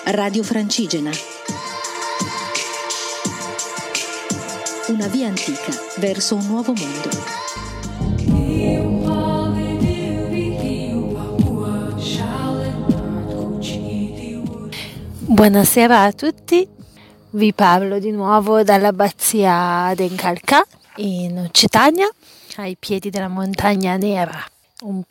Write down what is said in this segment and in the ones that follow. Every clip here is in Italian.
Radio Francigena. Una via antica verso un nuovo mondo. Buonasera a tutti, vi parlo di nuovo dall'abbazia d'Encalcà in Occitania, ai piedi della montagna nera, un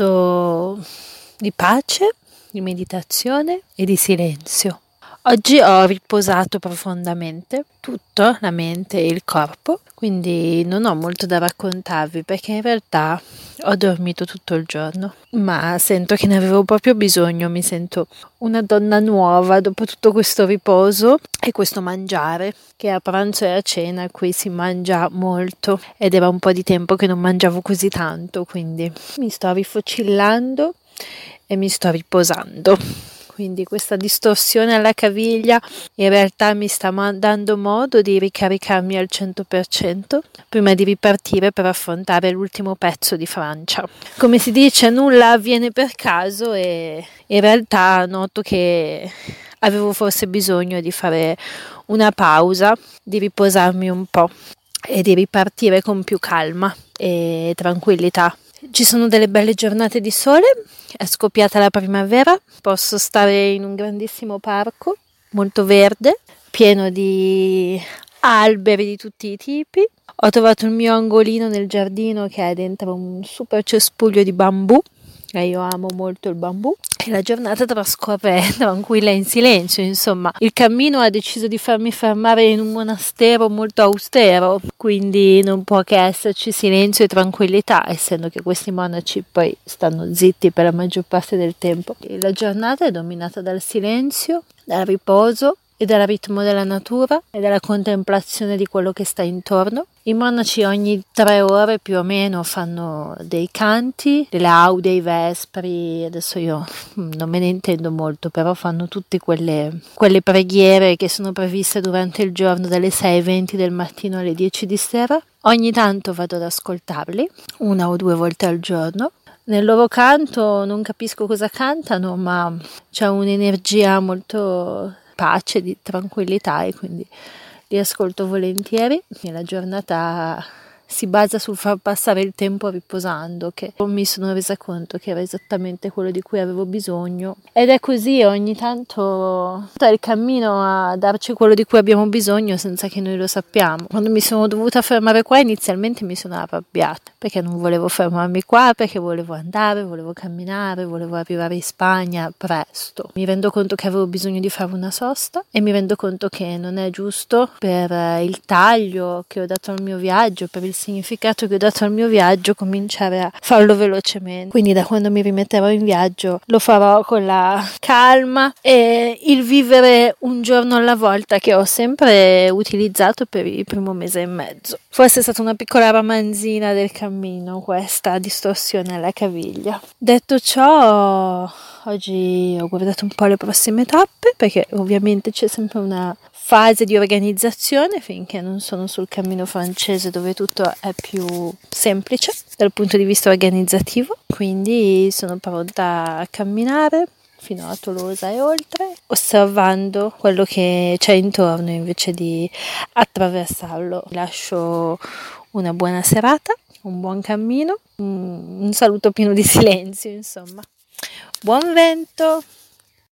posto di pace, di meditazione e di silenzio. Oggi ho riposato profondamente tutto, la mente e il corpo, quindi non ho molto da raccontarvi perché in realtà ho dormito tutto il giorno, ma sento che ne avevo proprio bisogno, mi sento una donna nuova dopo tutto questo riposo e questo mangiare, che a pranzo e a cena qui si mangia molto ed era un po' di tempo che non mangiavo così tanto, quindi mi sto rifocillando e mi sto riposando. Quindi questa distorsione alla caviglia in realtà mi sta dando modo di ricaricarmi al 100% prima di ripartire per affrontare l'ultimo pezzo di Francia. Come si dice, nulla avviene per caso e in realtà noto che avevo forse bisogno di fare una pausa, di riposarmi un po' e di ripartire con più calma e tranquillità. Ci sono delle belle giornate di sole, è scoppiata la primavera, posso stare in un grandissimo parco, molto verde, pieno di alberi di tutti i tipi. Ho trovato il mio angolino nel giardino che è dentro un super cespuglio di bambù, e io amo molto il bambù. E la giornata trascorre tranquilla e in silenzio, insomma. Il cammino ha deciso di farmi fermare in un monastero molto austero, quindi non può che esserci silenzio e tranquillità, essendo che questi monaci poi stanno zitti per la maggior parte del tempo. E la giornata è dominata dal silenzio, dal riposo e dal ritmo della natura e dalla contemplazione di quello che sta intorno. I monaci ogni 3 ore più o meno fanno dei canti, delle laude, i vespri, adesso io non me ne intendo molto, però fanno tutte quelle preghiere che sono previste durante il giorno dalle 6:20 del mattino alle 10 di sera. Ogni tanto vado ad ascoltarli, 1 o 2 volte al giorno. Nel loro canto non capisco cosa cantano, ma c'è un'energia molto pace, di tranquillità e quindi li ascolto volentieri. E la giornata si basa sul far passare il tempo riposando, che mi sono resa conto che era esattamente quello di cui avevo bisogno, ed è così, ogni tanto è il cammino a darci quello di cui abbiamo bisogno senza che noi lo sappiamo. Quando mi sono dovuta fermare qua inizialmente mi sono arrabbiata perché non volevo fermarmi qua, perché volevo andare, volevo camminare, volevo arrivare in Spagna presto. Mi rendo conto che avevo bisogno di fare una sosta e mi rendo conto che non è giusto, per il taglio che ho dato al mio viaggio, per il significato che ho dato al mio viaggio, cominciare a farlo velocemente. Quindi da quando mi rimetterò in viaggio lo farò con la calma e il vivere un giorno alla volta che ho sempre utilizzato per il primo mese e mezzo. Forse è stata una piccola ramanzina del cammino questa distorsione alla caviglia. Detto ciò, oggi ho guardato un po' le prossime tappe, perché ovviamente c'è sempre una fase di organizzazione finché non sono sul cammino francese, dove tutto è più semplice dal punto di vista organizzativo. Quindi sono pronta a camminare fino a Tolosa e oltre, osservando quello che c'è intorno invece di attraversarlo. Lascio una buona serata, un buon cammino, un saluto pieno di silenzio, insomma. Buon vento!